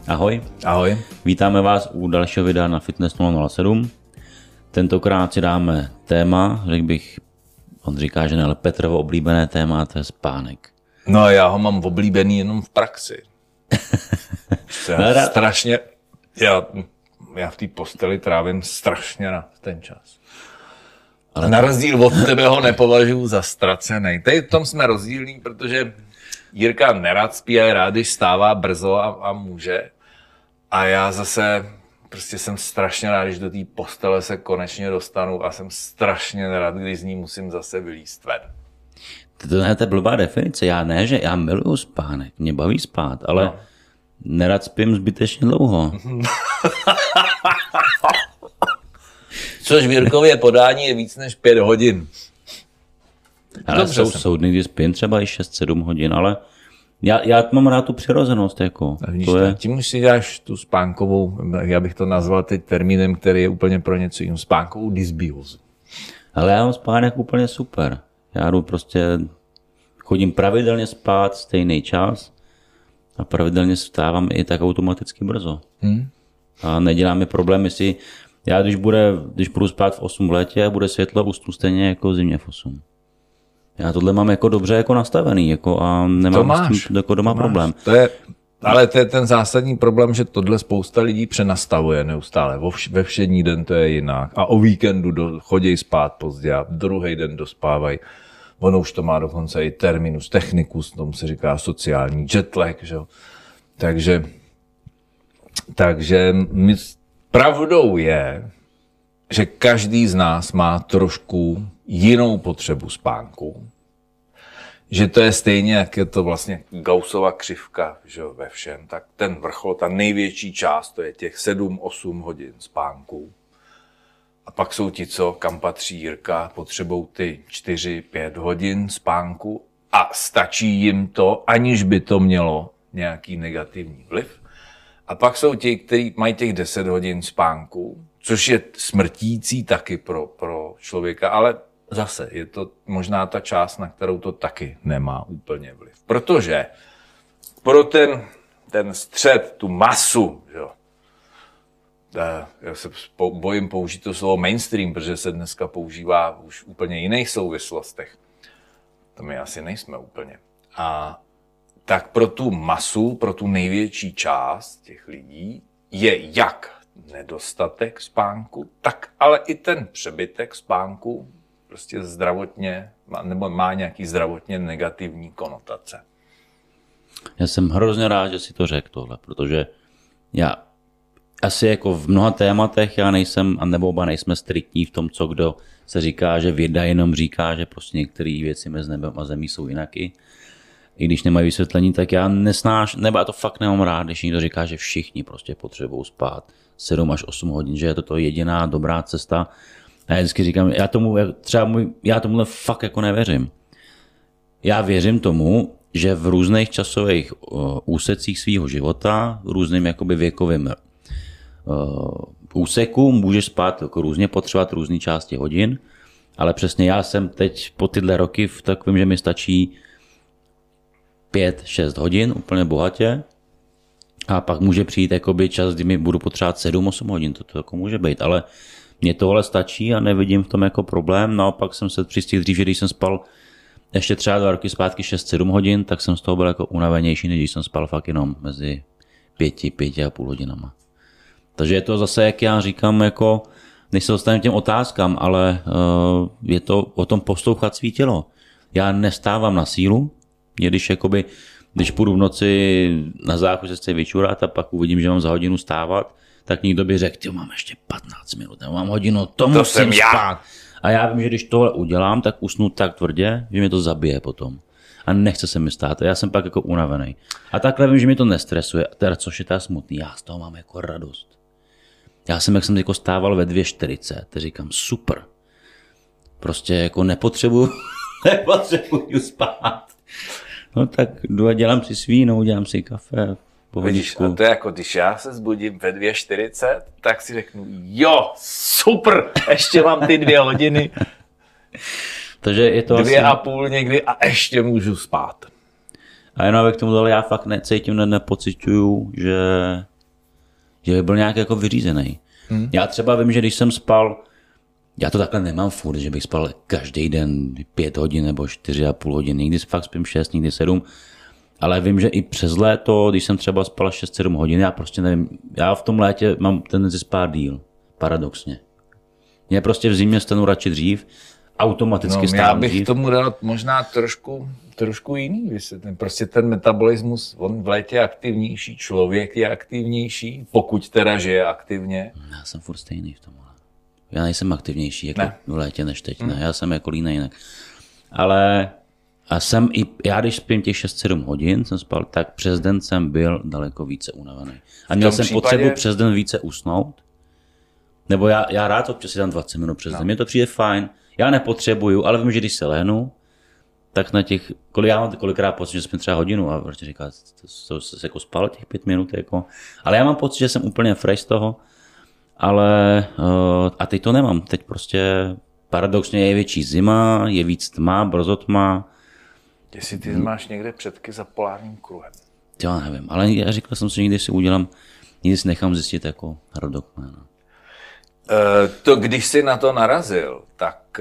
Ahoj. Ahoj. Vítáme vás u dalšího videa na Fitness 007. Tentokrát si dáme téma, řekl bych, on říká, že ne, ale Petrovo oblíbené téma, to je spánek. No já ho mám oblíbený jenom v praxi. Strašně, já v té posteli trávím strašně na ten čas. Ale na rozdíl od tebe ho nepovažuji za ztracený. Tady v tom jsme rozdílní, protože Jirka nerad spí a rád, když stává brzo a může. A já zase prostě jsem strašně rád, když do té postele se konečně dostanu a jsem strašně rád, když z ní musím zase vylízt ven. To je blbá definice. Já ne, že já miluju spánek, mě baví spát, ale nerad spím zbytečně dlouho. Což v Jirkově podání je víc než 5 hodin. Ale jsou dny, kdy spím třeba i 6-7 hodin, ale já mám rád tu přirozenost. Jako. Tím už si děláš tu spánkovou, já bych to nazval teď termínem, který je úplně pro něco jiného, spánkovou dysbiózu. Ale já mám spánek úplně super. Já jdu chodím pravidelně spát stejný čas a pravidelně vstávám i tak automaticky brzo. A nedělá mi problém, jestli já když budu spát v 8 v létě, bude světlo, usnu stejně jako v zimě v 8. Já tohle mám jako dobře jako nastavený jako a nemám s tím jako doma problém. Ale to je ten zásadní problém, že tohle spousta lidí přenastavuje neustále. Ve všední den to je jinak. A o víkendu chodí spát pozdě a druhý den dospávají. Ono už to má dokonce i terminus technicus, tomu se říká sociální jetlag. Že? Takže pravdou je, že každý z nás má trošku jinou potřebu spánku. Že to je stejně, jak je to vlastně Gaussova křivka, že ve všem. Tak ten vrchol, ta největší část, to je těch 7-8 hodin spánku. A pak jsou ti, kam patří Jirka, potřebují ty 4-5 hodin spánku a stačí jim to, aniž by to mělo nějaký negativní vliv. A pak jsou ti, kteří mají těch 10 hodin spánku, což je smrtící taky pro člověka, ale zase je to možná ta část, na kterou to taky nemá úplně vliv. Protože pro ten střed, tu masu, jo, já se bojím použít to slovo mainstream, protože se dneska používá už v úplně jiných souvislostech. To my asi nejsme úplně. A tak pro tu masu, pro tu největší část těch lidí je jak nedostatek spánku, tak ale i ten přebytek spánku prostě zdravotně, nebo má nějaký zdravotně negativní konotace. Já jsem hrozně rád, že si to řekl tohle, protože já asi jako v mnoha tématech já nejsem, nebo oba nejsme striktní v tom, co kdo se říká, že věda jenom říká, že prostě některé věci mezi nebem a zemí jsou jinaky. I když nemají vysvětlení, tak já nebo já to fakt nemám rád, když někdo říká, že všichni prostě potřebují spát 7 až 8 hodin, že je to jediná dobrá cesta. A já vždycky říkám, já tomuhle fakt jako nevěřím. Já věřím tomu, že v různých časových úsecích svého života, různým jakoby věkovým úseku můžeš spát jako různě, potřebovat různé části hodin, ale přesně já jsem teď po tyhle roky v takovém, že mi stačí 5-6 hodin úplně bohatě a pak může přijít jakoby čas, kdy mi budu potřebovat 7-8 hodin, to jako může být, ale mně tohle stačí a nevidím v tom jako problém, naopak jsem se přistihl dřív, že když jsem spal ještě třeba 2 roky zpátky 6-7 hodin, tak jsem z toho byl jako unavenější, než když jsem spal fakt jenom mezi 5-5,5 hodinama. Takže je to zase, jak já říkám, jako, než se dostaneme těm otázkám, ale je to o tom poslouchat svý tělo. Já nestávám na sílu, když půjdu v noci na záchod se chci vyčurat a pak uvidím, že mám za hodinu stávat, tak někdo by řekl, mám ještě 15 minut, mám hodinu, to musím spát. A já vím, že když tohle udělám, tak usnu tak tvrdě, že mě to zabije potom. A nechce se mi stát. A já jsem pak jako unavený. A takhle vím, že mi to nestresuje, teda což je ta smutný. Já z toho mám jako radost. Já jsem, jak jsem jako stával ve 2:40, teď říkám super. Prostě jako nepotřebuju spát. No tak jdu a dělám si svý, udělám si kafe, Vidíš, a to je jako, když já se zbudím ve 2:40, tak si řeknu, jo, super, ještě mám ty 2 hodiny. Takže je to 2,5 někdy a ještě můžu spát. A jenom abych tomu dal, já fakt necítím, nepociťuju, že že by byl nějak jako vyřízený. Já třeba vím, že když jsem spal, já to takhle nemám furt, že bych spal každý den 5 hodin nebo 4,5 hodiny, někdy fakt spím 6, někdy 7, ale vím, že i přes léto, když jsem třeba spal 6-7 hodin, já prostě nevím, já v tom létě mám tendenci spát díl, paradoxně. Mě prostě v zimě stanu radši dřív, automaticky stávám já bych dřív. tomu dal možná trošku jiný vysvětlení. Prostě ten metabolismus, on v létě je aktivnější, člověk je aktivnější, pokud teda žije aktivně. Já jsem furt stejný v tom. Já nejsem aktivnější jako v létě než teď. Ne, já jsem jako línej jinak. Ale já když spím těch 6-7 hodin, jsem spal, tak přes den jsem byl daleko více unavený. A měl jsem potřebu přes den více usnout. Nebo já rád občas si dám 20 minut přes den. Mně to přijde fajn. Já nepotřebuju, ale vím, že když se lehnu, tak na těch, já mám kolikrát pocit, že spím třeba hodinu a prostě říká, to se jako spal těch 5 minut. Jako. Ale já mám pocit, že jsem úplně fresh z toho. Ale a teď to nemám. Teď prostě paradoxně je větší zima, je víc tma, brzo tma. Jestli ty máš někde předky za polárním kruhem. Já nevím, ale já říkal jsem si, někdy si nechám zjistit jako Radokmana. To když jsi na to narazil, tak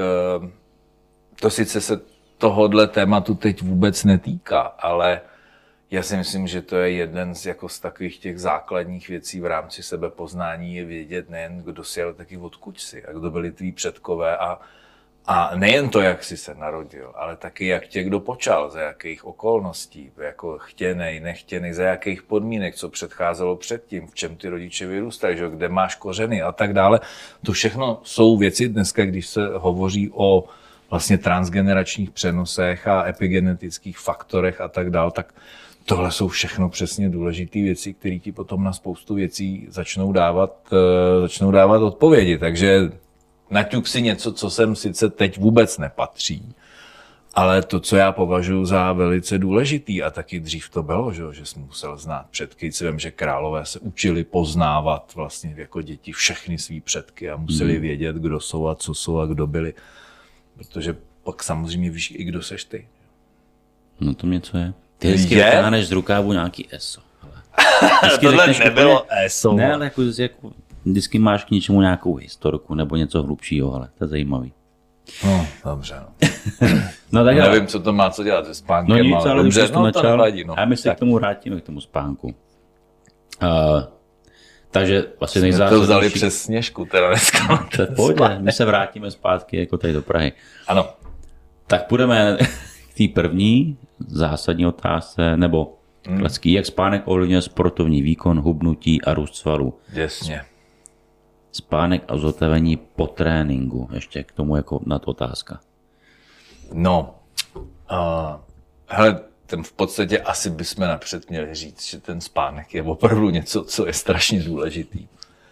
to sice se tohodle tématu teď vůbec netýká, ale já si myslím, že to je jeden z takových těch základních věcí v rámci sebepoznání je vědět nejen, kdo jsi, ale taky odkud jsi a kdo byli tví předkové a nejen to, jak jsi se narodil, ale taky jak tě kdo počal, za jakých okolností, jako chtěnej, nechtěnej, za jakých podmínek, co předcházelo předtím, v čem ty rodiče vyrůstají, že, kde máš kořeny a tak dále. To všechno jsou věci dneska, když se hovoří o vlastně transgeneračních přenosech a epigenetických faktorech a tak dále, tak tohle jsou všechno přesně důležité věci, které ti potom na spoustu věcí začnou dávat odpovědi. Takže naťuk si něco, co sem sice teď vůbec nepatří, ale to, co já považuji za velice důležitý, a taky dřív to bylo, že jsem musel znát předky, si vím, že králové se učili poznávat vlastně jako děti všechny svý předky a museli vědět, kdo jsou a co jsou a kdo byli, protože pak samozřejmě víš i kdo seš ty. No to něco je. Ty vždycky vytáhneš z rukávu nějaký ESO. Tohle nebylo ESO. Ne, ale jako vždycky máš k něčemu nějakou historku nebo něco hlubšího, ale to je zajímavý. No, dobře. No, tak nevím, co to má co dělat se spánkem, no nic, ale dobře, to načal, nevadí. No. A my se k tomu vrátíme, k tomu spánku. Takže vlastně nejzásadnější... To vzali přes Sněžku teda dneska. To je pohodě, my se vrátíme zpátky jako tady do Prahy. Ano. Tak půjdeme k té první zásadní otázce, nebo klasický, jak spánek ovlivňuje sportovní výkon, hubnutí a růst svalů. Jasně. Spánek a zotavení po tréninku, ještě k tomu jako na to otázka. No, hele, v podstatě asi bychom napřed měli říct, že ten spánek je opravdu něco, co je strašně důležitý.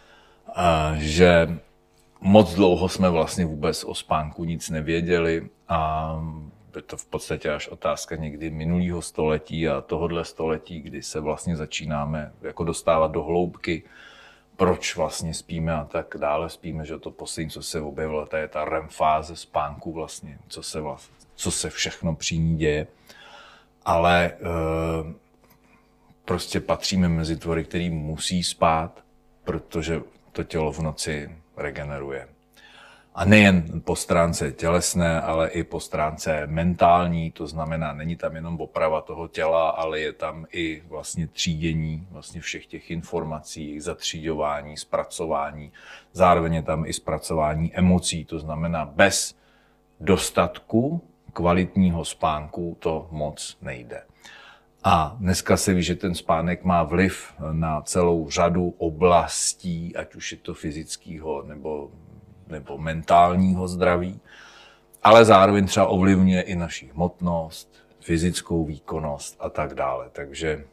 Že moc dlouho jsme vlastně vůbec o spánku nic nevěděli a je to v podstatě až otázka někdy minulého století a tohodle století, kdy se vlastně začínáme jako dostávat do hloubky, proč vlastně spíme a tak dále. Spíme, že to poslední, co se objevilo, to je ta REM fáze spánku vlastně, co se všechno při ní děje. Ale prostě patříme mezi tvory, který musí spát, protože to tělo v noci regeneruje. A nejen po stránce tělesné, ale i po stránce mentální, to znamená, není tam jenom oprava toho těla, ale je tam i vlastně třídění vlastně všech těch informací, jejich zatříďování, zpracování. Zároveň je tam i zpracování emocí, to znamená, bez dostatku kvalitního spánku to moc nejde. A dneska se ví, že ten spánek má vliv na celou řadu oblastí, ať už je to fyzického nebo mentálního zdraví, ale zároveň třeba ovlivňuje i naši hmotnost, fyzickou výkonnost a tak dále. Takže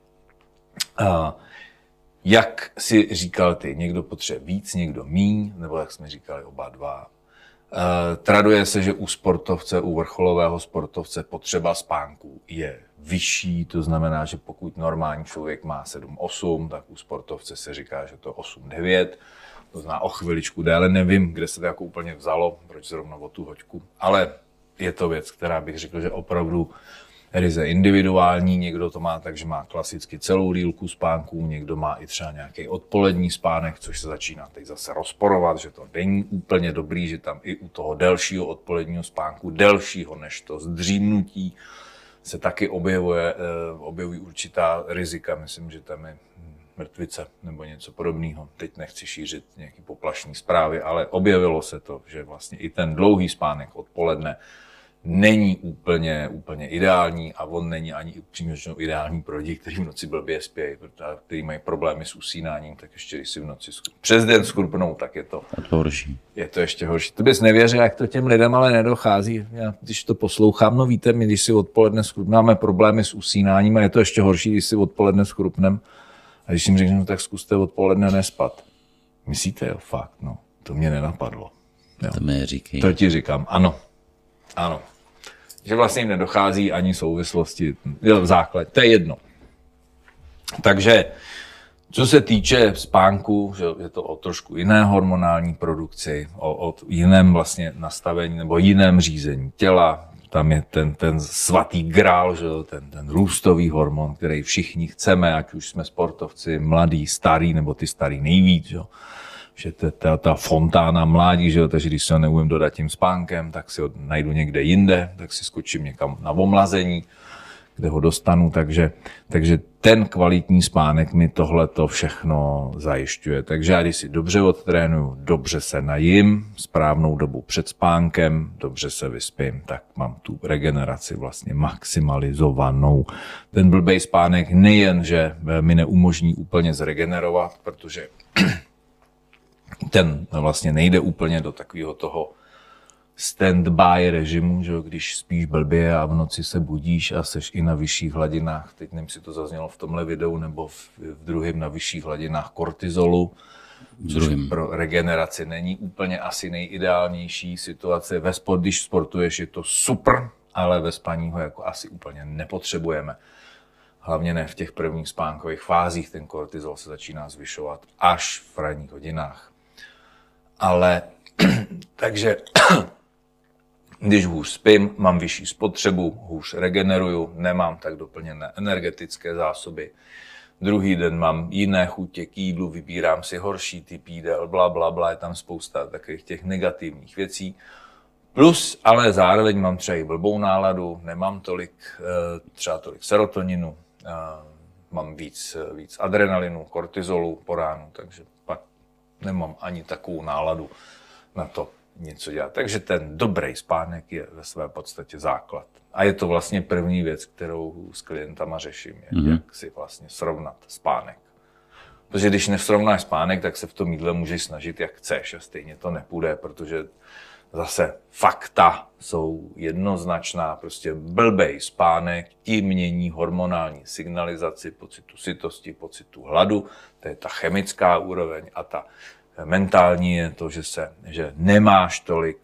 jak si říkal ty, někdo potřebuje víc, někdo míň, nebo jak jsme říkali oba dva. Traduje se, že u sportovce, u vrcholového sportovce potřeba spánku je vyšší, to znamená, že pokud normální člověk má 7-8, tak u sportovce se říká, že to 8-9, to znamená o chviličku déle, nevím, kde se to jako úplně vzalo, proč zrovna o tu hoďku, ale je to věc, která bych řekl, že opravdu ryze individuální, někdo to má tak, že má klasicky celou dílku spánků, někdo má i třeba nějaký odpolední spánek, což se začíná teď zase rozporovat, že to není úplně dobrý, že tam i u toho delšího odpoledního spánku, delšího než to zdřímnutí, se taky objevují určitá rizika, myslím, že tam je mrtvice nebo něco podobného. Teď nechci šířit nějaký poplašní zprávy, ale objevilo se to, že vlastně i ten dlouhý spánek odpoledne není úplně ideální a on není ani upřímně ideální pro lidi, kteří v noci blbě spějí, protože kteří mají problémy s usínáním, tak ještě když si v noci přes den skrupnou, tak je to horší. Je to ještě horší. Ty bys nevěřil, jak to těm lidem ale nedochází. Já, když to poslouchám, no víte, my když si odpoledne skrupnáme problémy s usínáním a je to ještě horší, když si odpoledne skrupnem a když jim řeknu, tak zkuste odpoledne nespat. Myslíte, jo, fakt, no, to mě nenapadlo. Jo. To mi říkej. To ti říkám, ano. Že vlastně jim nedochází ani souvislosti, v základě, to je jedno. Takže, co se týče spánku, že je to o trošku jiné hormonální produkci, o jiném vlastně nastavení nebo jiném řízení těla, tam je ten svatý grál, že ten růstový hormon, který všichni chceme, ať už jsme sportovci, mladí, starý, nebo ty starý nejvíc, že ta fontána mládí, že jo, takže když se ho neumím dodat tím spánkem, tak si ho najdu někde jinde, tak si skočím někam na omlazení, kde ho dostanu, takže ten kvalitní spánek mi tohleto všechno zajišťuje. Takže já když si dobře odtrénuju, dobře se najím, správnou dobu před spánkem, dobře se vyspím, tak mám tu regeneraci vlastně maximalizovanou. Ten blbej spánek nejen, že mi neumožní úplně zregenerovat, protože ten vlastně nejde úplně do takového toho stand-by režimu, že když spíš blbě a v noci se budíš a seš i na vyšších hladinách, teď nevím, si to zaznělo v tomhle videu nebo v druhém na vyšších hladinách kortizolu, což pro regeneraci není úplně asi nejideálnější situace. Když sportuješ, je to super, ale ve spaní ho jako asi úplně nepotřebujeme. Hlavně ne v těch prvních spánkových fázích, ten kortizol se začíná zvyšovat až v ranních hodinách. Ale takže když hůř spím, mám vyšší spotřebu, hůř regeneruju, nemám tak doplněné energetické zásoby. Druhý den mám jiné chutě k jídlu, vybírám si horší typ jídel, bla, je tam spousta takových těch negativních věcí. Plus, ale zároveň mám třeba i blbou náladu, nemám třeba tolik serotoninu, mám víc adrenalinu, kortizolu po ránu, takže pak nemám ani takovou náladu na to něco dělat. Takže ten dobrý spánek je ve své podstatě základ. A je to vlastně první věc, kterou s klientama řeším, jak si vlastně srovnat spánek. Protože když nesrovnáš spánek, tak se v tom jídle můžeš snažit, jak chceš a stejně to nepůjde, protože zase fakta jsou jednoznačná, prostě blbej spánek ti mění hormonální signalizaci pocitu sytosti, pocitu hladu, to je ta chemická úroveň a ta mentální je to, že nemáš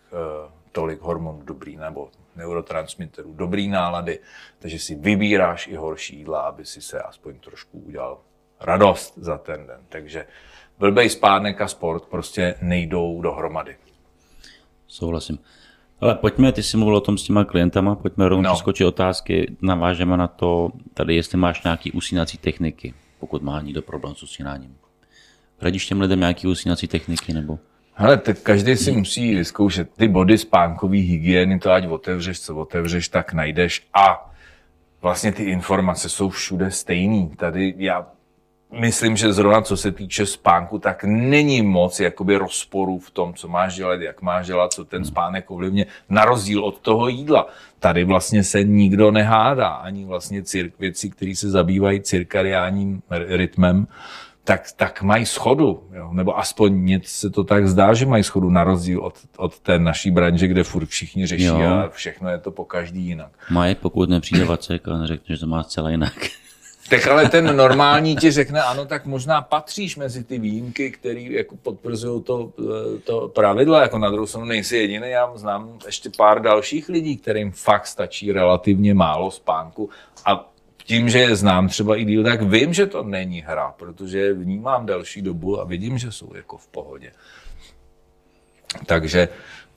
tolik hormonů dobrý nebo neurotransmiterů dobrý nálady, takže si vybíráš i horší jídla, aby si se aspoň trošku udělal radost za ten den. Takže blbej spánek a sport prostě nejdou dohromady. Souhlasím. Ale pojďme, ty jsi mluvil o tom s těma klientama, pojďme rovnou přeskočit otázky, navážeme na to, tady jestli máš nějaký usínací techniky, pokud má někdo problém s usínáním. Radíš těm lidem nějaký usínací techniky, nebo? Hele, tak každý si musí vyzkoušet ty body spánkový hygieny, to ať otevřeš, co otevřeš, tak najdeš a vlastně ty informace jsou všude stejný. Tady já myslím, že zrovna co se týče spánku, tak není moc jakoby rozporů v tom, co máš dělat, jak máš dělat, co ten spánek ovlivně, na rozdíl od toho jídla. Tady vlastně se nikdo nehádá, ani vlastně věci, které se zabývají cirkadiánním rytmem, tak mají shodu, jo? Nebo aspoň něco se to tak zdá, že mají shodu na rozdíl od té naší branže, kde furt všichni řeší a všechno je to po každý jinak. Mají, pokud nepřijde Vacek a neřekne, že to má zcela jinak. Tak ale ten normální ti řekne, ano, tak možná patříš mezi ty výjimky, které jako potvrzují to pravidlo, jako na druhou stranu nejsi jediný, já znám ještě pár dalších lidí, kterým fakt stačí relativně málo spánku a tím, že je znám třeba i díl, tak vím, že to není hra, protože vnímám delší dobu a vidím, že jsou jako v pohodě. Takže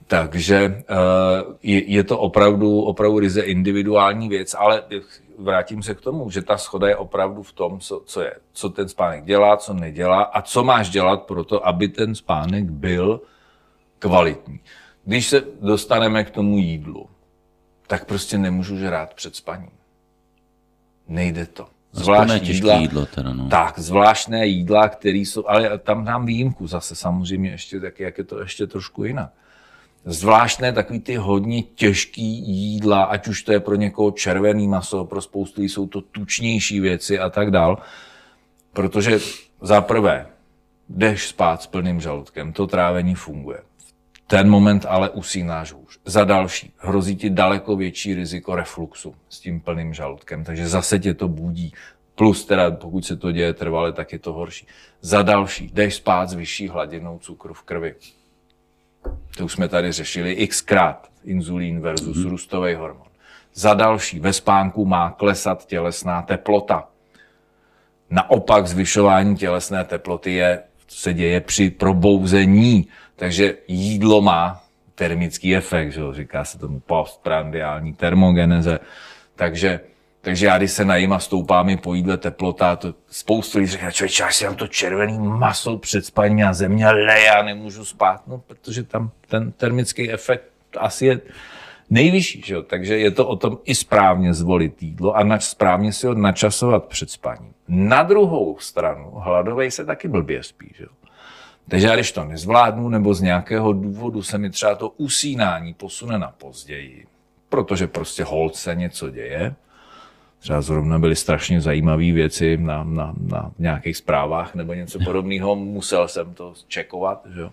Takže je to opravdu ryze individuální věc, ale vrátím se k tomu, že ta shoda je opravdu v tom, co ten spánek dělá, co nedělá a co máš dělat pro to, aby ten spánek byl kvalitní. Když se dostaneme k tomu jídlu, tak prostě nemůžu žrát před spaním. Nejde to. Zvláštní jídlo teda, no. Tak, zvláštné jídla, které jsou, ale tam dám výjimku zase samozřejmě ještě taky, jak je to ještě trošku jinak. Zvláštné takový ty hodně těžký jídla, ať už to je pro někoho červený maso, pro spoustu jsou to tučnější věci a tak dál. Protože za prvé, jdeš spát s plným žaludkem, to trávení funguje. V ten moment ale usínáš hůř. Za další, hrozí ti daleko větší riziko refluxu s tím plným žaludkem, takže zase tě to budí. Plus teda, pokud se to děje trvale, tak je to horší. Za další, jdeš spát s vyšší hladinou cukru v krvi. To už jsme tady řešili xkrát. Inzulín versus růstový hormon. Za další, ve spánku má klesat tělesná teplota. Naopak zvyšování tělesné teploty se děje při probouzení. Takže jídlo má termický efekt, že? Říká se tomu postprandiální termogeneze. Takže já, když se najím a stoupá mi po jídle teplota, to spoustu lidí říká, člověče, až si dám to červený maso před spaním a země leje a nemůžu spát. No, protože tam ten termický efekt asi je nejvyšší, že jo? Takže je to o tom i správně zvolit jídlo a správně si ho načasovat před spaním. Na druhou stranu, hladovej se taky blbě spí, že jo? Takže já, když to nezvládnu, nebo z nějakého důvodu se mi třeba to usínání posune na později, protože prostě holt se něco děje, třeba zrovna byly strašně zajímavé věci na nějakých zprávách nebo něco podobného, musel jsem to čekovat, že jo.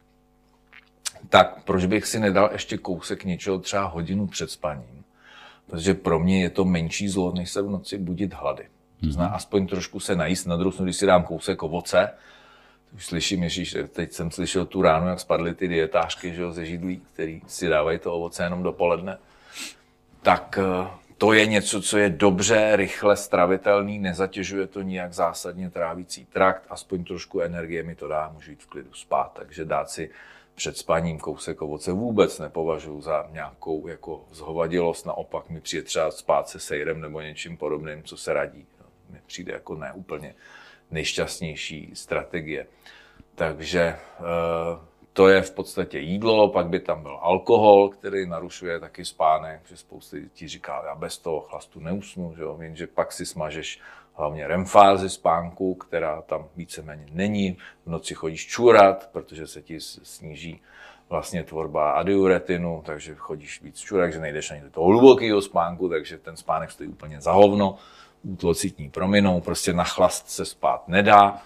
Tak proč bych si nedal ještě kousek něčeho třeba hodinu před spaním? Protože pro mě je to menší zlo, než se v noci budit hlady. To znamená aspoň trošku se najíst, na druhou stranu, když si dám kousek ovoce, už slyším, Ježíš, teď jsem slyšel tu ránu, jak spadly ty dietářky, že jo, ze židlí, který si dávají to ovoce jenom dopoledne. Tak to je něco, co je dobře, rychle stravitelný, nezatěžuje to nijak zásadně trávicí trakt, aspoň trošku energie mi to dá, můžu jít v klidu spát, takže dát si před spaním kousek ovoce vůbec nepovažuji za nějakou jako zhovadilost, naopak mi přijde třeba spát se sejrem nebo něčím podobným, co se radí. Mi přijde jako neúplně nejšťastnější strategie. Takže to je v podstatě jídlo, pak by tam byl alkohol, který narušuje taky spánek, že spousta lidí říká, já bez toho chlastu neusnu, že jo? Jenže pak si smažeš hlavně REM-fázi spánku, která tam víceméně není. V noci chodíš čurat, protože se ti sníží vlastně tvorba adiuretinu, takže chodíš víc čurat, že nejdeš ani do toho hlubokého spánku, takže ten spánek stojí úplně za hovno. Útlocitní prominou, prostě na chlast se spát nedá.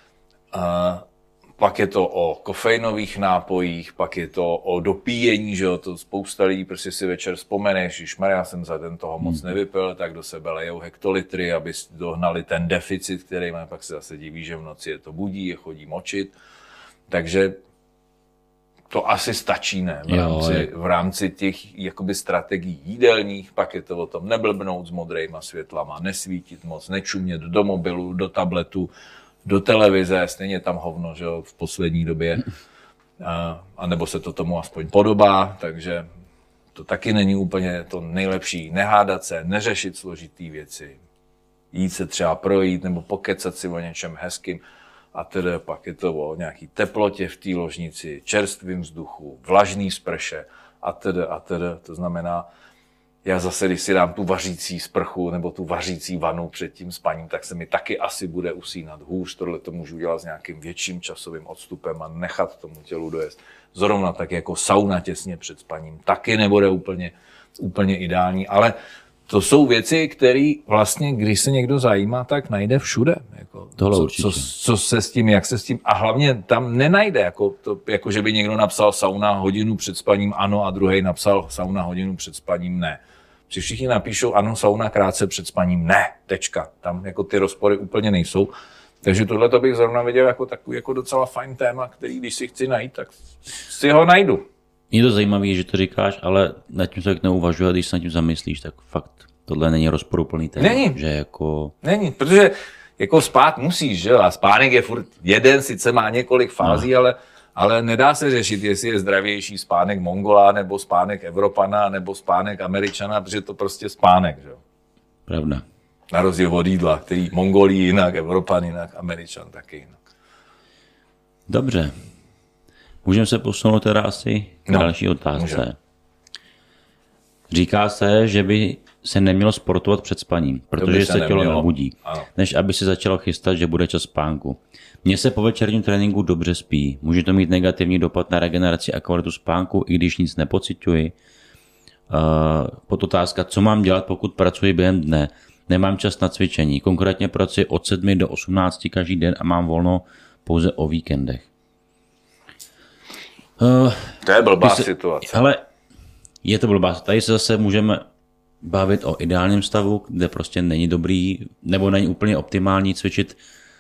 Pak je to o kofeinových nápojích, pak je to o dopíjení, že jo, to spousta lidí prostě si večer vzpomeneš, ježmar, já jsem za den toho moc nevypil, tak do sebe lejou hektolitry, aby dohnali ten deficit, který má, pak se zase diví, že v noci je to budí, je chodí močit. Takže to asi stačí, ne? V rámci těch jakoby strategií jídelních, pak je to o tom neblbnout s modrejma světlama, nesvítit moc, nečumět do mobilu, do tabletu, do televize, stejně tam hovno, že jo, v poslední době. A nebo se to tomu aspoň podobá, takže to taky není úplně to nejlepší. Nehádat se, neřešit složitý věci, jít se třeba projít nebo pokecat si o něčem hezkým. A tedy pak je to o nějaký teplotě v té ložnici, čerstvým vzduchu, vlažný sprše a tedy. To znamená, já zase, když si dám tu vařící sprchu nebo tu vařící vanu před tím spaním, tak se mi taky asi bude usínat hůř. Tohle to můžu dělat s nějakým větším časovým odstupem a nechat tomu tělu dojezd. Zrovna tak jako sauna těsně před spaním taky nebude úplně ideální, ale to jsou věci, které vlastně, když se někdo zajímá, tak najde všude. Jako, co se s tím, jak se s tím, a hlavně tam nenajde, jako že by někdo napsal sauna hodinu před spaním ano a druhý napsal sauna hodinu před spaním ne. Všichni napíšou ano, sauna krátce před spaním ne, tečka. Tam jako ty rozpory úplně nejsou. Takže tohle to bych zrovna viděl jako takový jako docela fajn téma, který když si chci najít, tak si ho najdu. Je to zajímavé, že to říkáš, ale nad tím se tak neuvažuje, a když se nad tím zamyslíš, tak fakt tohle není rozporuplný téma. Není. Že jako... Není, protože jako spát musíš, že? A spánek je furt jeden, sice má několik fází, Ale nedá se řešit, jestli je zdravější spánek Mongola, nebo spánek Evropana, nebo spánek Američana, protože to prostě spánek. Že? Pravda. Na rozdíl od jídla, který Mongolí jinak, Evropan jinak, Američan taky jinak. Dobře. Můžeme se posunout teda asi k další otázce. Můžeme. Říká se, že by se nemělo sportovat před spaním, protože se tělo nabudí, než aby se začalo chystat, že bude čas spánku. Mně se po večerním tréninku dobře spí. Může to mít negativní dopad na regeneraci a kvalitu spánku, i když nic nepociťuji. Podotázka, co mám dělat, pokud pracuji během dne. Nemám čas na cvičení. Konkrétně pracuji od 7 do 18 každý den a mám volno pouze o víkendech. To je blbá situace. Ale je to blbá. Tady se zase můžeme bavit o ideálním stavu, kde prostě není dobrý, nebo není úplně optimální cvičit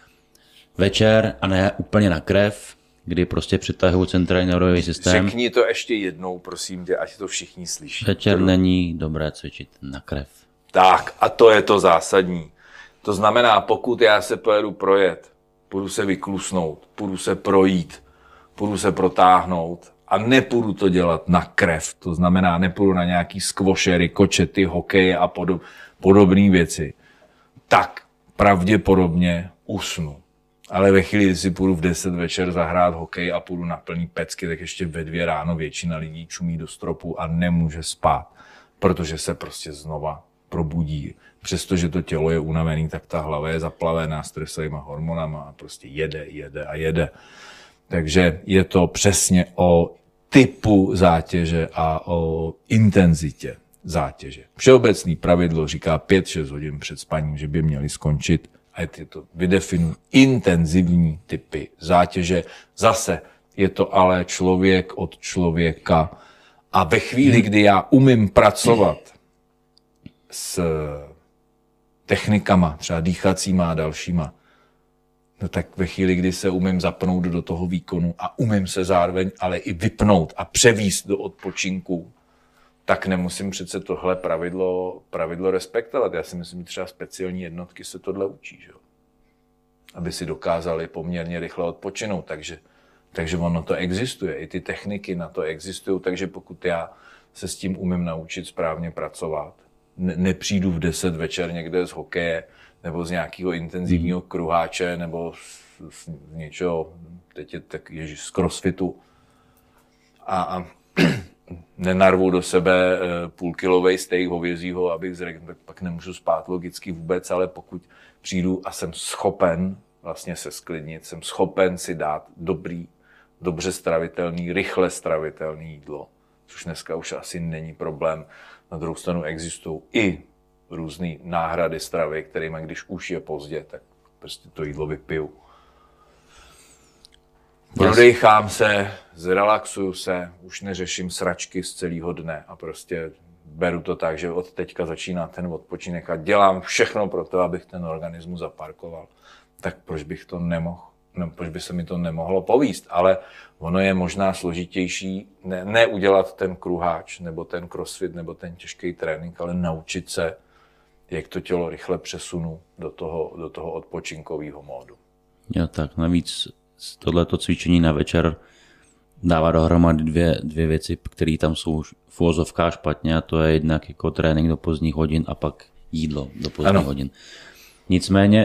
večer a ne úplně na krev, kdy prostě přitahují centrální neurový systém. Řekni to ještě jednou, prosím tě, ať to všichni slyší. Večer není dobré cvičit na krev. Tak a to je to zásadní. To znamená, pokud já se pojedu projet, půjdu se vyklusnout, půjdu se projít, půjdu se protáhnout a nepůjdu to dělat na krev. To znamená, nepůjdu na nějaký skvošery, kočety, hokeje a podobné věci. Tak pravděpodobně usnu. Ale ve chvíli, kdy si půjdu v 10 večer zahrát hokej a půjdu na plný pecky, tak ještě ve 2 ráno většina lidí čumí do stropu a nemůže spát, protože se prostě znova probudí. Přestože to tělo je unavený, tak ta hlava je zaplavená stresovými hormonama a prostě jede. Takže je to přesně o typu zátěže a o intenzitě zátěže. Všeobecný pravidlo říká 5-6 hodin před spaním, že by měli skončit. A je to vydefinují intenzivní typy zátěže. Zase je to ale člověk od člověka. A ve chvíli, kdy já umím pracovat s technikama, třeba dýchacíma a dalšíma, no tak ve chvíli, kdy se umím zapnout do toho výkonu a umím se zároveň ale i vypnout a převíst do odpočinku, tak nemusím přece tohle pravidlo respektovat. Já si myslím, že třeba speciální jednotky se tohle učí, že? Aby si dokázali poměrně rychle odpočinout. Takže ono to existuje. I ty techniky na to existují, takže pokud já se s tím umím naučit správně pracovat, nepřijdu v 10 večer někde z hokeje nebo z nějakého intenzivního kruháče nebo z něčeho, teď je tak z crossfitu a nenarvu do sebe půlkilovej steak hovězího, abych řekl, tak pak nemůžu spát logicky vůbec, ale pokud přijdu a jsem schopen vlastně se sklidnit, jsem schopen si dát dobře stravitelný, rychle stravitelný jídlo, což dneska už asi není problém. Na druhou stranu existují i různé náhrady stravy, kterými, když už je pozdě, tak prostě to jídlo vypiju. Prodejchám se, zrelaxuju se, už neřeším sračky z celého dne a prostě beru to tak, že od teďka začíná ten odpočinek a dělám všechno pro to, abych ten organismus zaparkoval. Tak proč bych to nemohl? No, proč by se mi to nemohlo povíst? Ale ono je možná složitější ne udělat ten kruháč, nebo ten crossfit, nebo ten těžký trénink, ale naučit se, jak to tělo rychle přesunu do toho odpočinkového módu. Jo, tak navíc tohleto cvičení na večer dává dohromady dvě věci, které tam jsou v uvozovkách špatně, a to je jednak jako trénink do pozdních hodin a pak jídlo do pozdních hodin. Nicméně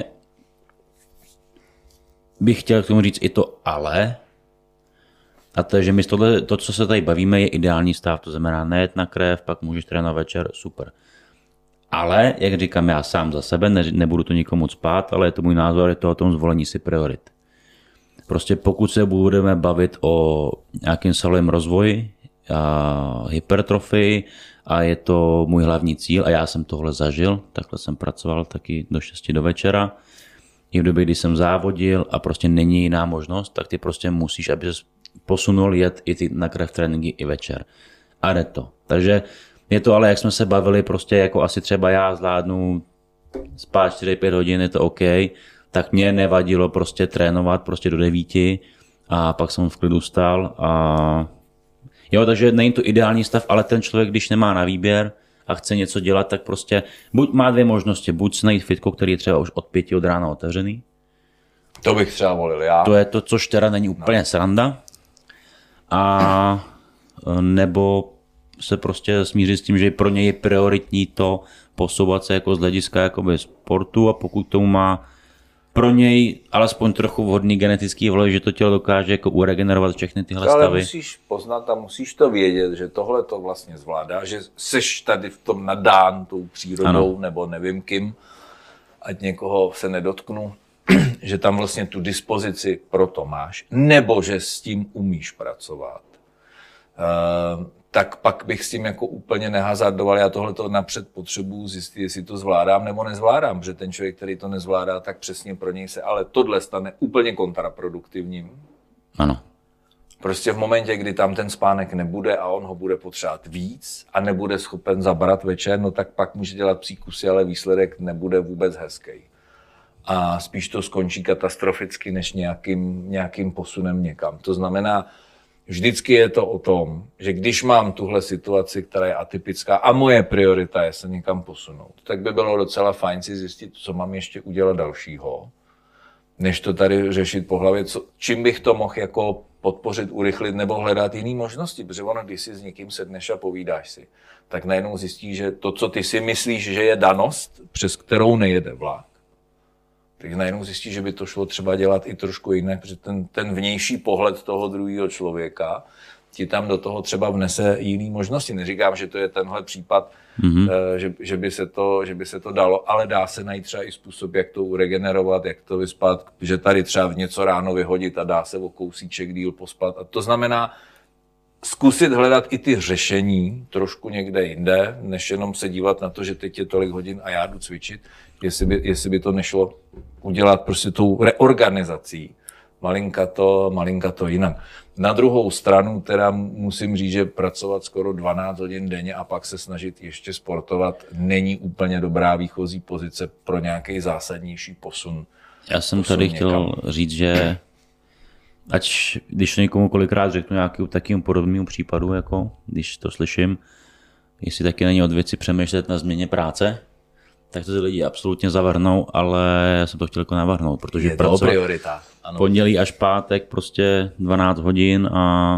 bych chtěl k tomu říct i to ale, a to je, že my to, co se tady bavíme, je ideální stav, to znamená nejet na krev, pak můžeš trénovat večer, super. Ale, jak říkám já sám za sebe, nebudu to nikomu spát, ale je to můj názor, je to o tom zvolení si priorit. Prostě pokud se budeme bavit o nějakém silovém rozvoji a hypertrofii a je to můj hlavní cíl a já jsem tohle zažil, takhle jsem pracoval taky do 6 do večera, i v době, kdy jsem závodil a prostě není jiná možnost, tak ty prostě musíš, aby se posunul, jet i ty na krev tréninky i večer. A jde to. Takže je to ale, jak jsme se bavili, prostě jako asi třeba já zvládnu spát 4-5 hodin, je to OK, tak mě nevadilo prostě trénovat prostě do 9 a pak jsem v klidu stál a jo, takže není to ideální stav, ale ten člověk, když nemá na výběr a chce něco dělat, tak prostě buď má 2 možnosti, buď si najít fitko, který je třeba už od 5 od rána otevřený. To bych třeba volil já. To je to, což teda není úplně sranda. a nebo se prostě smířit s tím, že pro něj je prioritní to posouvat se jako z hlediska jakoby sportu a pokud tomu má pro něj alespoň trochu vhodný genetický vliv, že to tělo dokáže jako uregenerovat všechny tyhle ale stavy. musíš poznat a musíš to vědět, že tohle to vlastně zvládá, že seš tady v tom nadán tou přírodou, ano. Nebo nevím kým, ať někoho se nedotknu, že tam vlastně tu dispozici pro to máš, nebo že s tím umíš pracovat. Tak pak bych s tím jako úplně nehazardoval. Já tohleto napřed potřebuji zjistit, jestli to zvládám nebo nezvládám, protože ten člověk, který to nezvládá, tak přesně pro něj se ale tohle stane úplně kontraproduktivním. Ano. Prostě v momentě, kdy tam ten spánek nebude a on ho bude potřebovat víc a nebude schopen zabrat večer, no tak pak může dělat příkusy, ale výsledek nebude vůbec hezký. A spíš to skončí katastroficky, než nějakým posunem někam. To znamená, vždycky je to o tom, že když mám tuhle situaci, která je atypická a moje priorita je se někam posunout, tak by bylo docela fajn si zjistit, co mám ještě udělat dalšího, než to tady řešit po hlavě, čím bych to mohl jako podpořit, urychlit nebo hledat jiné možnosti. Protože ono, když si s někým sedneš a povídáš si, tak najednou zjistíš, že to, co ty si myslíš, že je danost, přes kterou nejede vlak, tak najednou zjistíš, že by to šlo třeba dělat i trošku jinak, protože ten vnější pohled toho druhého člověka ti tam do toho třeba vnese jiný možnosti. Neříkám, že to je tenhle případ, že by se to dalo, ale dá se najít třeba i způsob, jak to uregenerovat, jak to vyspat, že tady třeba v něco ráno vyhodit a dá se o kousíček díl pospat. A to znamená zkusit hledat i ty řešení trošku někde jinde, než jenom se dívat na to, že teď je tolik hodin a já jdu cvičit, jestli by to nešlo udělat prostě tou reorganizací. Malinka to jinak. Na druhou stranu teda musím říct, že pracovat skoro 12 hodin denně a pak se snažit ještě sportovat není úplně dobrá výchozí pozice pro nějaký zásadnější posun. Já jsem tady chtěl říct, že když někomu kolikrát řeknu nějakému takovému podobnému případu, jako když to slyším, jestli taky není od věci přemýšlet na změně práce, tak to ty lidi absolutně zavrhnou, ale já jsem to chtěl jako navrhnout, protože je to priorita. Ano. Pondělí až pátek prostě 12 hodin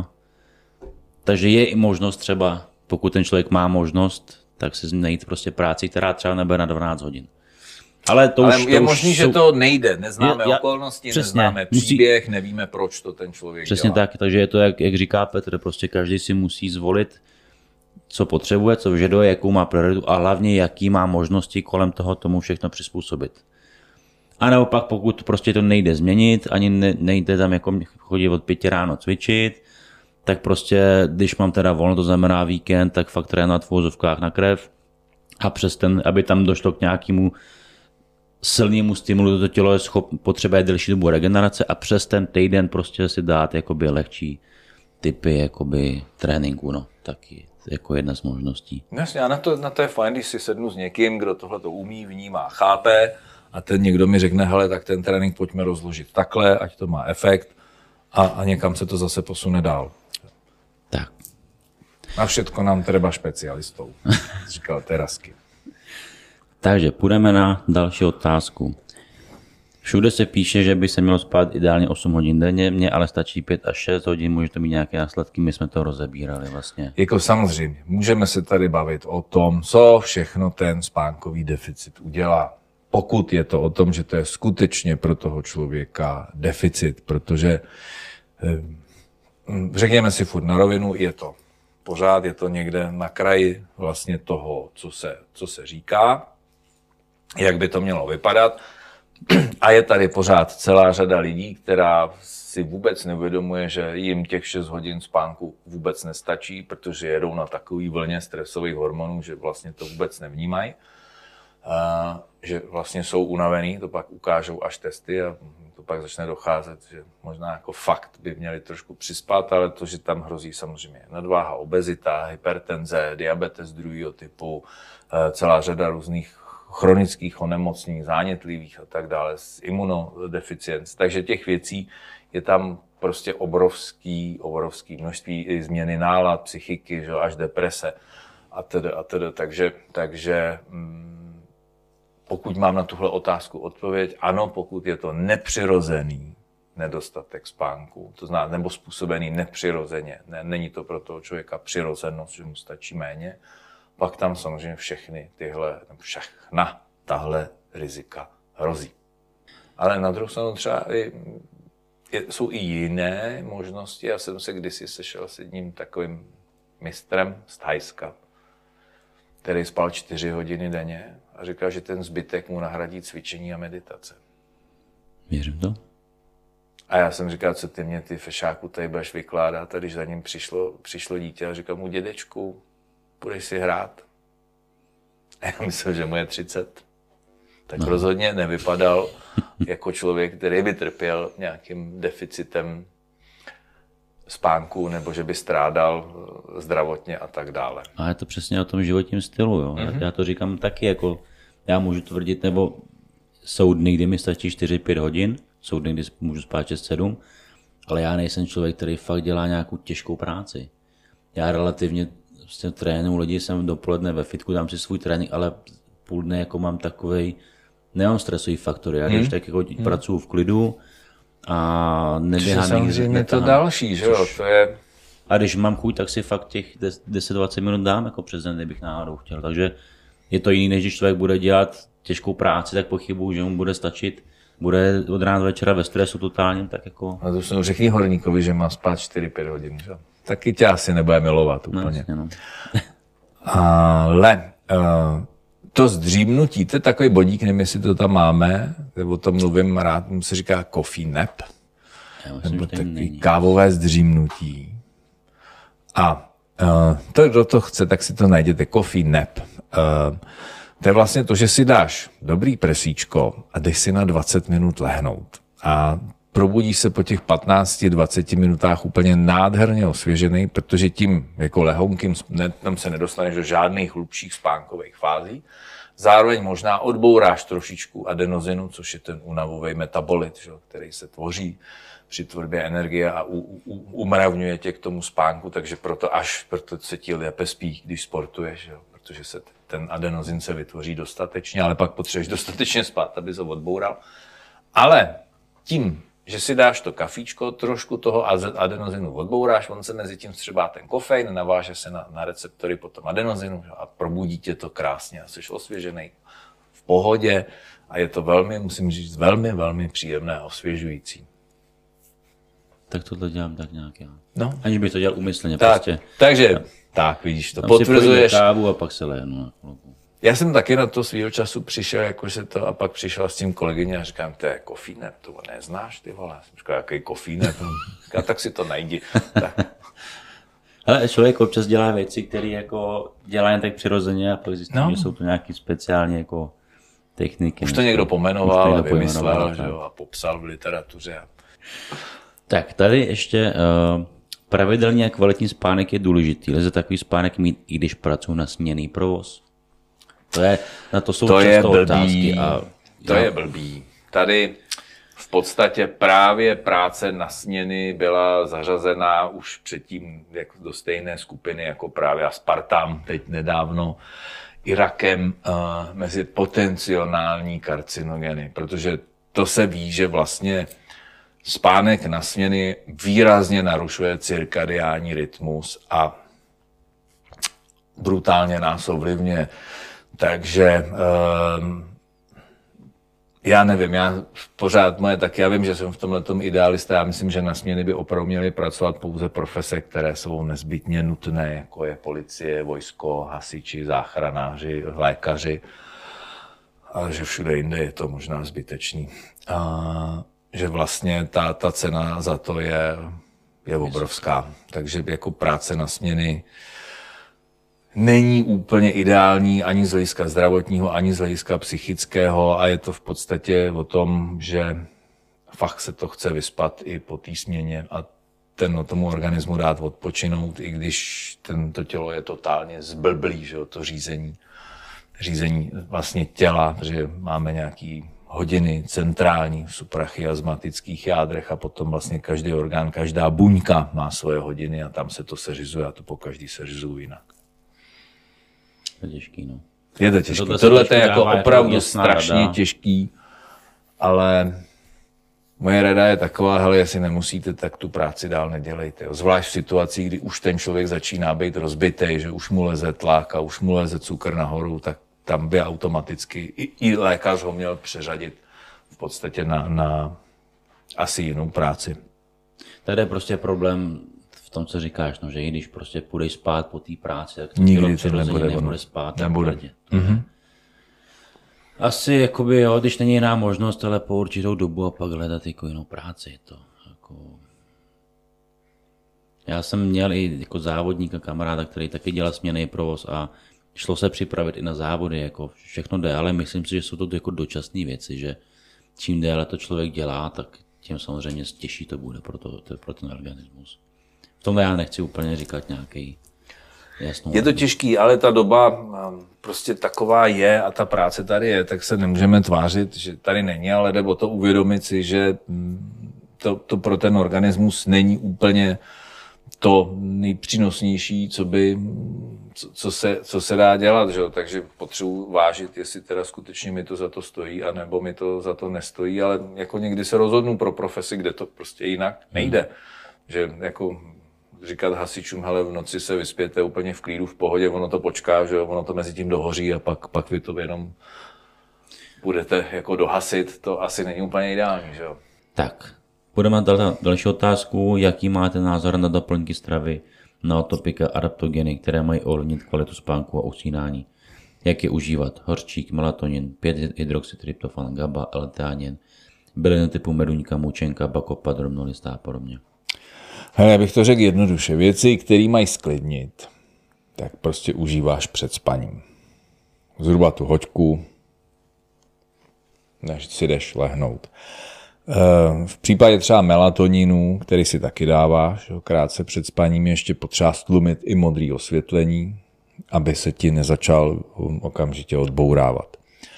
takže je i možnost třeba, pokud ten člověk má možnost, tak si najít prostě práci, která třeba nebude na 12 hodin. Ale je možný, že to nejde, neznáme okolnosti, přesně, neznáme příběh, nevíme, proč to ten člověk přesně dělá. Tak, takže je to, jak říká Petr, prostě každý si musí zvolit, co potřebuje, co vyžaduje, jakou má prioritu a hlavně, jaký má možnosti kolem toho tomu všechno přizpůsobit. A naopak, pokud prostě to nejde změnit, ani nejde tam jako chodit od 5 ráno cvičit, tak prostě, když mám teda volno, to znamená víkend, tak fakt trénovat v uvozovkách na krev a přes aby tam došlo k nějakému silnému stimulu, to tělo potřebuje delší dobu regenerace a přes ten týden prostě si dát jakoby lehčí typy jakoby tréninku, no, taky jako jedna z možností. Jasně, a na to je fajn, když si sednu s někým, kdo tohle to umí, vnímá, chápe a ten někdo mi řekne, hele, tak ten trénink pojďme rozložit takhle, ať to má efekt a někam se to zase posune dál. Tak. Na všetko nám treba špecialistou, říkal Terasky. Takže půjdeme na další otázku. Všude se píše, že by se mělo spát ideálně 8 hodin denně, mně ale stačí 5 až 6 hodin, může to mít nějaké následky, my jsme to rozebírali vlastně. Jako samozřejmě, můžeme se tady bavit o tom, co všechno ten spánkový deficit udělá. Pokud je to o tom, že to je skutečně pro toho člověka deficit, protože řekněme si furt na rovinu, je to někde na kraji vlastně toho, co se říká, jak by to mělo vypadat. A je tady pořád celá řada lidí, která si vůbec neuvědomuje, že jim těch 6 hodin spánku vůbec nestačí, protože jedou na takový vlně stresových hormonů, že vlastně to vůbec nevnímají. Že vlastně jsou unavený, to pak ukážou až testy a to pak začne docházet, že možná jako fakt by měli trošku přispat, ale to, že tam hrozí samozřejmě nadváha, obezita, hypertenze, diabetes druhého typu, celá řada různých chronických onemocnění, zánětlivých a tak dále, imunodeficienc. Takže těch věcí je tam prostě obrovský množství, i změny nálad, psychiky, že, až deprese a tedy. Takže pokud mám na tuhle otázku odpověď, ano, pokud je to nepřirozený, nedostatek spánku, to znamená, nebo způsobený nepřirozeně. Není to pro toho člověka přirozenost, že mu stačí méně. Pak tam samozřejmě všechna tahle rizika hrozí. Ale na druhou stranu třeba jsou i jiné možnosti. Já jsem se kdysi sešel s jedním takovým mistrem z Thajska, který spal 4 hodiny denně a říkal, že ten zbytek mu nahradí cvičení a meditace. Věřím to. A já jsem říkal, co ty mě, ty fešáku, tady budeš vykládat. A když za ním přišlo dítě a říkal mu, dědečku, půjdeš si hrát. A já myslel, že mu je 30. Tak rozhodně nevypadal jako člověk, který by trpěl nějakým deficitem spánku nebo že by strádal zdravotně a tak dále. A je to přesně o tom životním stylu. Jo? Já to říkám taky, jako já můžu tvrdit, nebo jsou dny, kdy mi stačí 4-5 hodin, jsou dny, kdy můžu spát 6-7, ale já nejsem člověk, který fakt dělá nějakou těžkou práci. Já relativně vlastně trénuju lidi, jsem dopoledne ve fitku, dám si svůj trénink, ale půl dne jako mám takovej, nemám stresový faktory, já když tak jako pracuju v klidu a neběhám. Samozřejmě to další, že jo, to je... A když mám chuť, tak si fakt těch 10-20 minut dám jako přes den, kdybych náhodou chtěl. Takže je to jiný, než když člověk bude dělat těžkou práci, tak pochybuju, že mu bude stačit, bude od rána do večera ve stresu totálním, tak jako... A to jsem řekni horníkovi, že má spát 4-5 hodin, že? Taky tě asi nebude milovat úplně. No. Ale to zdřímnutí, to je takový bodík, nevím, jestli to tam máme, o tom mluvím rád, se říká coffee nap, nebo takový kávové zdřímnutí. A to, kdo to chce, tak si to najděte, coffee nap. To je vlastně to, že si dáš dobrý presíčko a jdeš si na 20 minut lehnout. A probudíš se po těch 15-20 minutách úplně nádherně osvěžený, protože tím jako lehonkým tam se nedostaneš do žádných hlubších spánkových fází. Zároveň možná odbouráš trošičku adenozinu, což je ten únavový metabolit, že, který se tvoří při tvorbě energie a umravňuje tě k tomu spánku, takže proto se ti lépe spí, když sportuješ, že, protože se ten adenozin se vytvoří dostatečně, ale pak potřebuješ dostatečně spát, aby se odboural. Ale tím, že si dáš to kafíčko, trošku toho adenozinu odbouráš, on se mezi tím vstřebá ten kofein, naváže se na receptory potom adenozinu a probudí tě to krásně a jsi osvěžený v pohodě a je to velmi, musím říct, velmi, velmi příjemné a osvěžující. Tak tohle dělám tak nějak já. No. Aniž bych to dělal úmyslně. Tak, prostě. takže, tak vidíš to, tam potvrzuješ. Si kávu a pak se lehnu na chvilku. Já jsem taky na to svýho času přišel, jakože to, a pak přišel s tím kolegyně a říkám, to je coffee nap, to neznáš, ty vole. Jsem říkal, jaký coffee nap? Říkám, tak si to najdi. Ale člověk občas dělá věci, které jako dělá jen tak přirozeně a pak zjistí, že jsou to nějaké speciální jako techniky. Už to někdo pomenoval a vymyslel, že jo, a popsal v literatuře. Tak, tady ještě pravidelný a kvalitní spánek je důležitý. Lze takový spánek mít, i když pracuji na směnný provoz. Na to jsou často otázky. To je blbý. Tady v podstatě právě práce na směny byla zařazená už předtím do stejné skupiny jako právě aspartam, teď nedávno Irakem, mezi potenciální karcinogeny, protože to se ví, že vlastně spánek na směny výrazně narušuje cirkadiální rytmus a brutálně nás ovlivňuje. Takže já nevím, já vím, že jsem v tomhletom idealista, já myslím, že na směny by opravdu měly pracovat pouze profese, které jsou nezbytně nutné, jako je policie, vojsko, hasiči, záchranáři, lékaři, ale že všude jinde je to možná zbytečný. Že vlastně ta cena za to je obrovská. Takže jako práce na směny není úplně ideální ani z hlediska zdravotního, ani z hlediska psychického a je to v podstatě o tom, že fakt se to chce vyspat i po té směně a tomu organismu dát odpočinout, i když to tělo je totálně zblblý, že jo, to řízení vlastně těla, že máme nějaký hodiny centrální v suprachiasmatických jádrech a potom vlastně každý orgán, každá buňka má svoje hodiny a tam se to seřizuje a to po každý seřizuju jinak. To je těžký, no. Je to těžký. Tohle je jako opravdu strašně těžký, ale Moje rada je taková, hele, jestli nemusíte, tak tu práci dál nedělejte. Jo. Zvlášť v situaci, kdy už ten člověk začíná být rozbitej, že už mu leze tlak a už mu leze cukr nahoru, tak tam by automaticky i lékař ho měl přeřadit v podstatě na asi jinou práci. Tady je prostě problém v tom, co říkáš, no, že i když prostě půjdeš spát po té práci, tak to Nikdy tělo to nebude spát. Nebude. Asi, jakoby, jo, když není jiná možnost, ale po určitou dobu a pak hledat jako jinou práci. To, jako... Já jsem měl i jako závodníka, kamaráda, který taky dělal směnný provoz a šlo se připravit i na závody, jako všechno jde, ale myslím si, že jsou to jako dočasné věci, že čím déle to člověk dělá, tak tím samozřejmě těžší to bude pro ten organismus. V tomhle já nechci úplně říkat nějaký jasnou. Je to těžký, ale ta doba prostě taková je a ta práce tady je, tak se nemůžeme tvářit, že tady není, ale jde o to uvědomit si, že to pro ten organismus není úplně to nejpřínosnější, co se dá dělat, že? Takže potřebuji vážit, jestli teda skutečně mi to za to stojí, anebo mi to za to nestojí, ale jako někdy se rozhodnu pro profesi, kde to prostě jinak nejde. Že jako říkat hasičům, hele, v noci se vyspěte úplně v klidu, v pohodě, ono to počká, že ono to mezi tím dohoří a pak vy to jenom budete jako dohasit, to asi není úplně ideální, že jo. Tak, budeme na další otázku. Jaký máte názor na doplňky stravy, nootropika, adaptogeny, které mají ovlivnit kvalitu spánku a usínání? Jak je užívat? Hořčík, melatonin, 5-hydroxytryptofan, GABA, L-theanin, byliny typu meduňka, mučenka, bakopa, drobnolistá a podobně. Hele, já bych to řekl jednoduše. Věci, které mají sklidnit, tak prostě užíváš před spaním. Zhruba tu hoďku, než si jdeš lehnout. V případě třeba melatoninu, který si taky dáváš, krátce před spaním, ještě potřeba stlumit i modré osvětlení, aby se ti nezačal okamžitě odbourávat.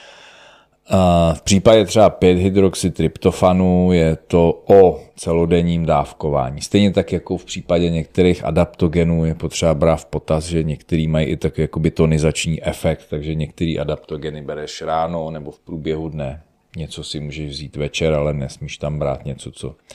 V případě třeba 5-hydroxytryptofanu je to o celodenním dávkování. Stejně tak jako v případě některých adaptogenů je potřeba brát v potaz, že některý mají i takový jakoby tonizační efekt, takže některý adaptogeny bereš ráno nebo v průběhu dne. Něco si můžeš vzít večer, ale nesmíš tam brát něco,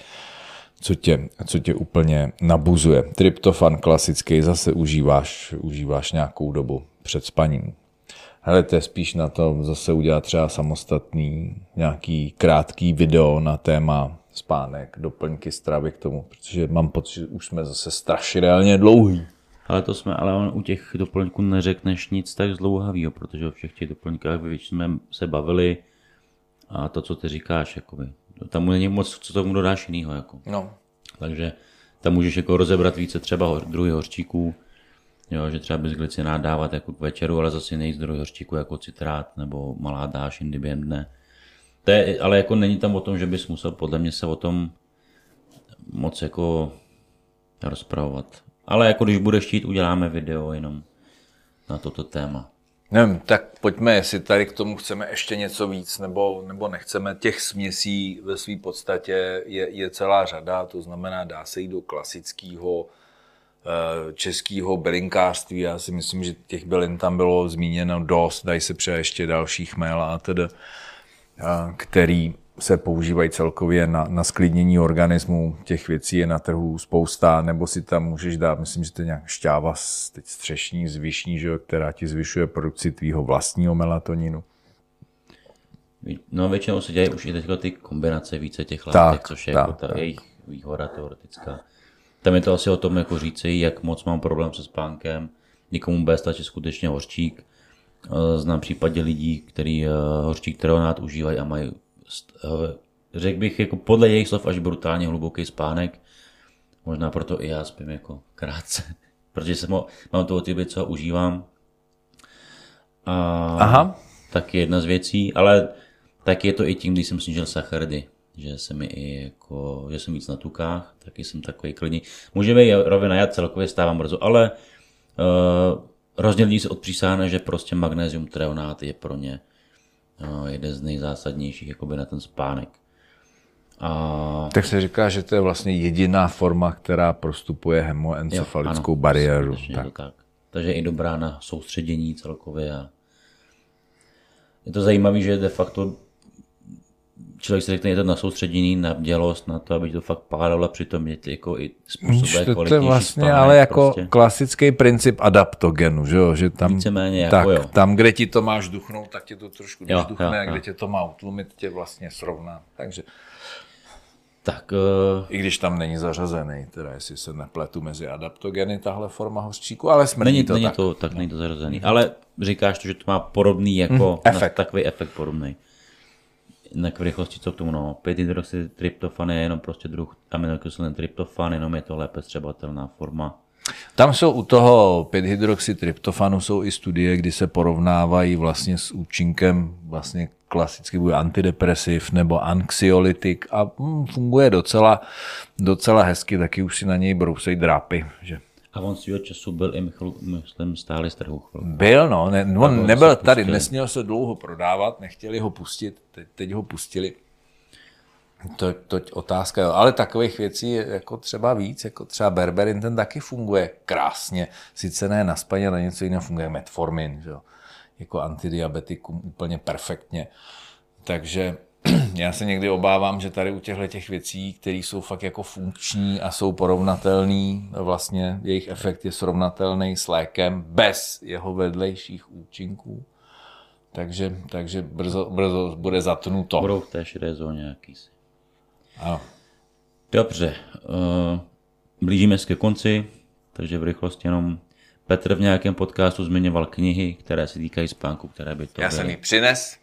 co tě úplně nabuzuje. Tryptofan klasický zase užíváš nějakou dobu před spaním. Hele, to je spíš na to zase udělat třeba samostatný nějaký krátký video na téma spánek, doplňky stravy k tomu, protože mám pocit, že už jsme zase strašidelně dlouhý. Ale on u těch doplňků neřekneš nic tak zdlouhavýho, protože o všech těch doplňkách většinou jsme se bavili a to, co ty říkáš, jakoby, tam není moc, co tomu dodáš jinýho. Jako. No. Takže tam můžeš jako rozebrat více třeba druhý hořčíků, jo, že třeba bezglycinát dávat jako k večeru, ale zase nejít z druhého hořčíku jako citrát nebo malá dáš jindy během dne. Ale jako není tam o tom, že bys musel podle mě se o tom moc jako rozpravovat. Ale jako když budeš chtít, uděláme video jenom na toto téma. Nevím, tak pojďme, jestli tady k tomu chceme ještě něco víc, nebo nechceme. Těch směsí ve své podstatě je celá řada, to znamená, dá se jít do klasického českého bylinkářství. Já si myslím, že těch bylin tam bylo zmíněno dost, dají se třeba ještě další chmel a tedy, který se používají celkově na sklidnění organismu. Těch věcí je na trhu spousta, nebo si tam můžeš dát, myslím, že to je nějaká šťáva teď střešní, zvyšní, že, která ti zvyšuje produkci tvýho vlastního melatoninu. No většinou se dělají už i teďka ty kombinace více těch látek, což je jako ta jejich výhoda teoretická. Tam je to asi o tom jako říci, jak moc mám problém se spánkem. Někomu bude stačit skutečně hořčík. Znám případě lidí, kteří hořčík teronát užívají a mají, řekl bych, jako podle jejich slov až brutálně hluboký spánek. Možná proto i já spím jako krátce, protože mám to typy, co užívám. Aha. Tak je jedna z věcí, ale tak je to i tím, když jsem snížil sacharidy. Že se mi i jako, že jsem víc na tukách, taky jsem takový klidný. Můžeme i rovina, já celkově stávám brzo, ale hrozně lidí se odpřísáhne, že prostě magnézium treonát je pro ně jeden z nejzásadnějších jakoby na ten spánek. Tak se říká, že to je vlastně jediná forma, která prostupuje hemoencefalickou bariéru. Tak. Takže je i dobrá na soustředění celkově. A je to zajímavé, že de facto člověk se řekne, je to na soustředění, na bdělost, na to, aby to fakt pálilo, a přitom je to jako i způsobuje kvalitnější. To je vlastně spánek, ale jako prostě klasický princip adaptogenu, že jo? Že tam, víceméně jako tak, jo. Tam, kde ti to máš duchnout, tak tě to trošku duchne, a kde tě to má utlumit, tě vlastně srovná. Takže tak, i když tam není zařazený, teda jestli se nepletu mezi adaptogeny, tahle forma hořčíku, ale smrdí to tak. Není to zařazený. Ale říkáš to, že to má podobný jako efekt. Takový efekt podobný. Jinak v rychlosti, co k tomu, no, 5-hydroxytryptofan je jenom prostě druh aminokyselin tryptofan, jenom je to lépe střebatelná forma. Tam jsou u toho 5-hydroxytryptofanu jsou i studie, kdy se porovnávají vlastně s účinkem vlastně klasicky bude antidepresiv nebo anxiolytik a funguje docela hezky, taky už si na něj brousej drápy. Že? A on svýho času byl i, myslím, stále z trhu. Byl, no. On nebyl tady, nesměl se dlouho prodávat, nechtěli ho pustit, teď ho pustili. To otázka, jo. Ale takových věcí je jako třeba víc, jako třeba berberin, ten taky funguje krásně. Sice ne na spaně, ale něco jiného funguje, metformin, že jo. Jako antidiabetikum úplně perfektně. Takže já se někdy obávám, že tady u těchto věcí, které jsou fakt jako funkční a jsou porovnatelný, vlastně jejich efekt je srovnatelný s lékem bez jeho vedlejších účinků. Takže brzo bude zatnuto. Budou v té šedé zóně jakýsi. Ano. Dobře, blížíme se ke konci, takže v rychlosti jenom Petr v nějakém podcastu zmiňoval knihy, které se týkají spánku, které by to Já jsem ji přines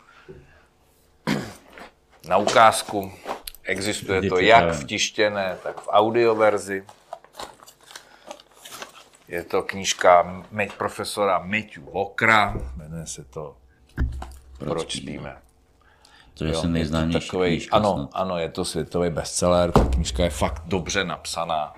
na ukázku. Existuje to jak v tištěné, tak v audioverzi. Je to knížka profesora Matthew Walkera, jmenuje se to Proč spíme. To je nejznámější knížka. Ano, je to světový bestseller, ta knížka je fakt dobře napsaná.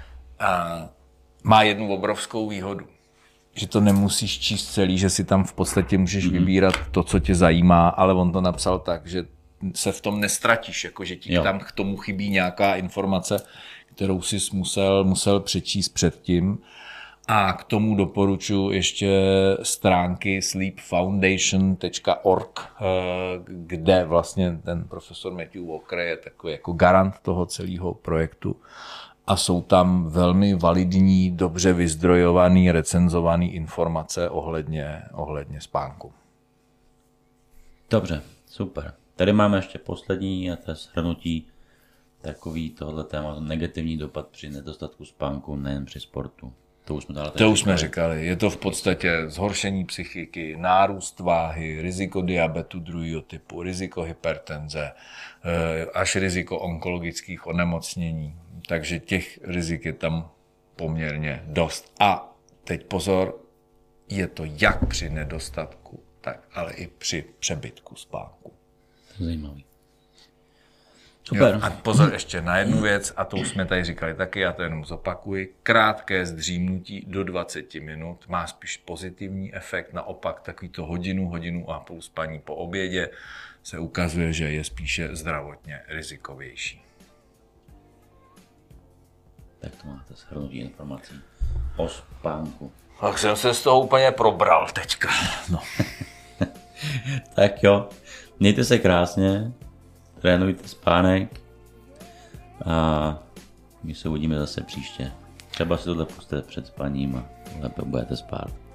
Má jednu obrovskou výhodu, že to nemusíš číst celý, že si tam v podstatě můžeš vybírat to, co tě zajímá, ale on to napsal tak, že se v tom nestratíš, jako že ti tam k tomu chybí nějaká informace, kterou jsi musel přečíst předtím. A k tomu doporučuji ještě stránky sleepfoundation.org, kde vlastně ten profesor Matthew Walker je takový jako garant toho celého projektu. A jsou tam velmi validní, dobře vyzdrojovaný, recenzovaný informace ohledně spánku. Dobře, super. Tady máme ještě poslední a to je shrnutí takový tohle téma, negativní dopad při nedostatku spánku, nejen při sportu. To už jsme říkali. Je to v podstatě zhoršení psychiky, nárůst váhy, riziko diabetu druhého typu, riziko hypertenze, až riziko onkologických onemocnění. Takže těch rizik je tam poměrně dost. A teď pozor, je to jak při nedostatku, tak ale i při přebytku spánku. Zajímavý. Super. Jo, a pozor ještě na jednu věc, a to už jsme tady říkali taky, já to jenom zopakuji. Krátké zdřímnutí do 20 minut má spíš pozitivní efekt, naopak takovýto hodinu a půl spaní po obědě se ukazuje, že je spíše zdravotně rizikovější. Tak to máte shrnutí informací o spánku. Tak jsem se z toho úplně probral teďka. No. Tak jo, mějte se krásně. Trénujte spánek a my se uvidíme zase příště. Třeba si tohle pustíte před spaním a lépe budete spát.